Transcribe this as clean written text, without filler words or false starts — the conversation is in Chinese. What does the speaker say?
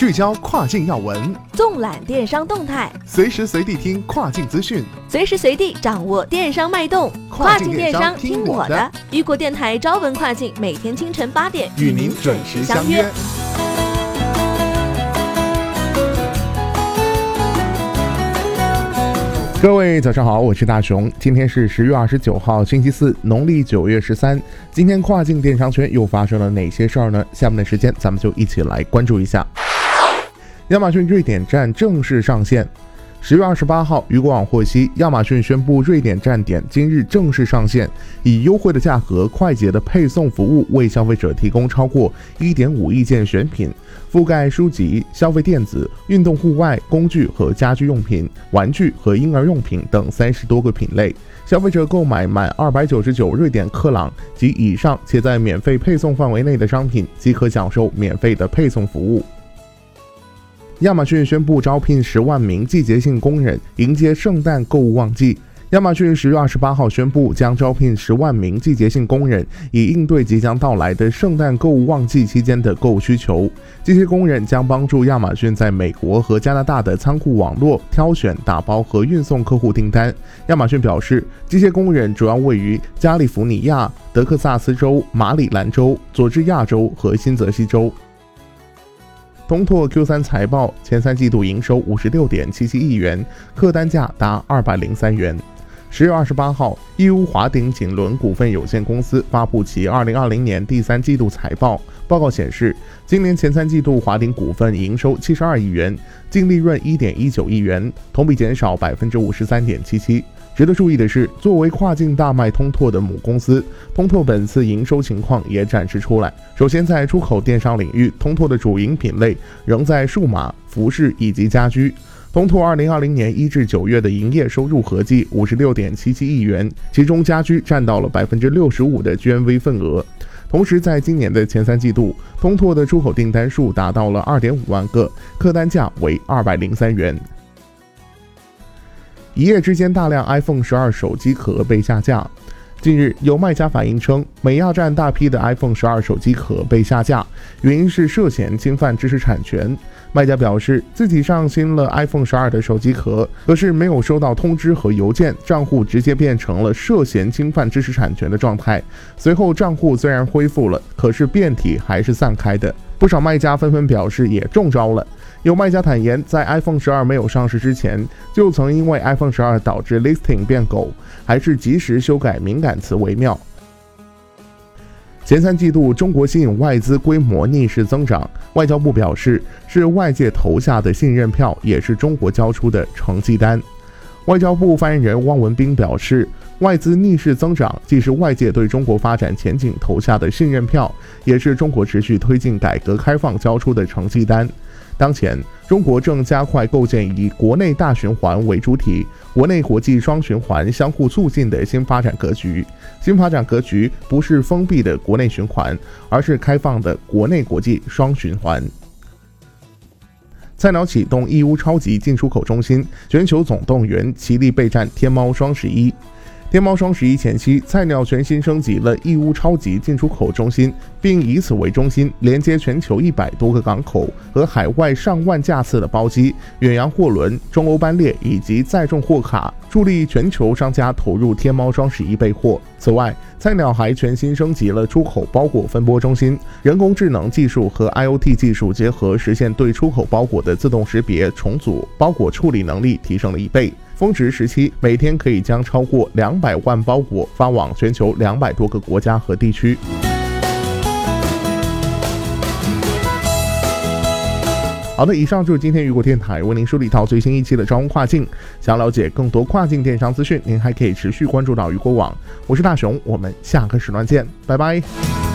聚焦跨境要闻， 纵览电商动态， 随时随地听跨境资讯， 随时随地掌握电商脉动。 跨境电商听我的， 雨果电台朝闻跨境，每天清晨8点与您准时相约。各位早上好，我是大熊。今天是10月29号，星期四，农历9月13。今天跨境电商圈又发生了哪些事儿呢？下面的时间咱们就一起来关注一下。亚马逊瑞典站正式上线。10月28号，雨果网获悉，亚马逊宣布瑞典站点今日正式上线，以优惠的价格、快捷的配送服务，为消费者提供超过 1.5 亿件选品，覆盖书籍、消费电子、运动户外、工具和家居用品、玩具和婴儿用品等30多个品类。消费者购买满299瑞典克朗及以上且在免费配送范围内的商品，即可享受免费的配送服务。亚马逊宣布招聘10万名季节性工人，迎接圣诞购物旺季。亚马逊10月28号宣布将招聘10万名季节性工人，以应对即将到来的圣诞购物旺季期间的购物需求。这些工人将帮助亚马逊在美国和加拿大的仓库网络挑选、打包和运送客户订单。亚马逊表示，这些工人主要位于加利福尼亚、德克萨斯州、马里兰州、佐治亚州和新泽西州。通拓 Q3 财报，前3季度营收 56.77 亿元，客单价达203元。10月28号，义乌华鼎锦纶股份有限公司发布其2020年第3季度财报。报告显示，今年前3季度华鼎股份营收72亿元，净利润 1.19 亿元，同比减少 53.77%。值得注意的是，作为跨境大卖通拓的母公司，通拓本次营收情况也展示出来。首先，在出口电商领域，通拓的主营品类仍在数码、服饰以及家居。通拓2020年1至9月的营业收入合计 56.77 亿元，其中家居占到了 65% 的 GMV 份额。同时，在今年的前3季度，通拓的出口订单数达到了 2.5 万个，客单价为203元。一夜之间，大量 iPhone 12手机壳被下架。近日，有卖家反映称，美亚站大批的 iPhone 12手机壳被下架，原因是涉嫌侵犯知识产权。卖家表示，自己上新了 iPhone 12的手机壳，可是没有收到通知和邮件，账户直接变成了涉嫌侵犯知识产权的状态。随后账户虽然恢复了，可是变体还是散开的。不少卖家纷纷表示也中招了。有卖家坦言，在 iPhone 12没有上市之前，就曾因为 iPhone 12导致 listing 变狗，还是及时修改敏感词为妙。前3季度，中国吸引外资规模逆势增长，外交部表示，是外界投下的信任票，也是中国交出的成绩单。外交部发言人汪文斌表示，外资逆势增长既是外界对中国发展前景投下的信任票，也是中国持续推进改革开放交出的成绩单。当前，中国正加快构建以国内大循环为主体、国内国际双循环相互促进的新发展格局。新发展格局不是封闭的国内循环，而是开放的国内国际双循环。菜鸟启动义乌超级进出口中心，全球总动员，齐力备战天猫双11。天猫双11前夕，菜鸟全新升级了义乌超级进出口中心，并以此为中心，连接全球100多个港口和海外上万架次的包机、远洋货轮、中欧班列以及载重货卡，助力全球商家投入天猫双11备货。此外，菜鸟还全新升级了出口包裹分拨中心，人工智能技术和 IoT 技术结合，实现对出口包裹的自动识别、重组、包裹处理能力提升了1倍。峰值时期，每天可以将超过200万包裹发往全球200多个国家和地区。好的，以上就是今天雨果电台为您梳理到最新一期的招工跨境。想了解更多跨境电商资讯，您还可以持续关注到雨果网。我是大熊，我们下个时段见，拜拜。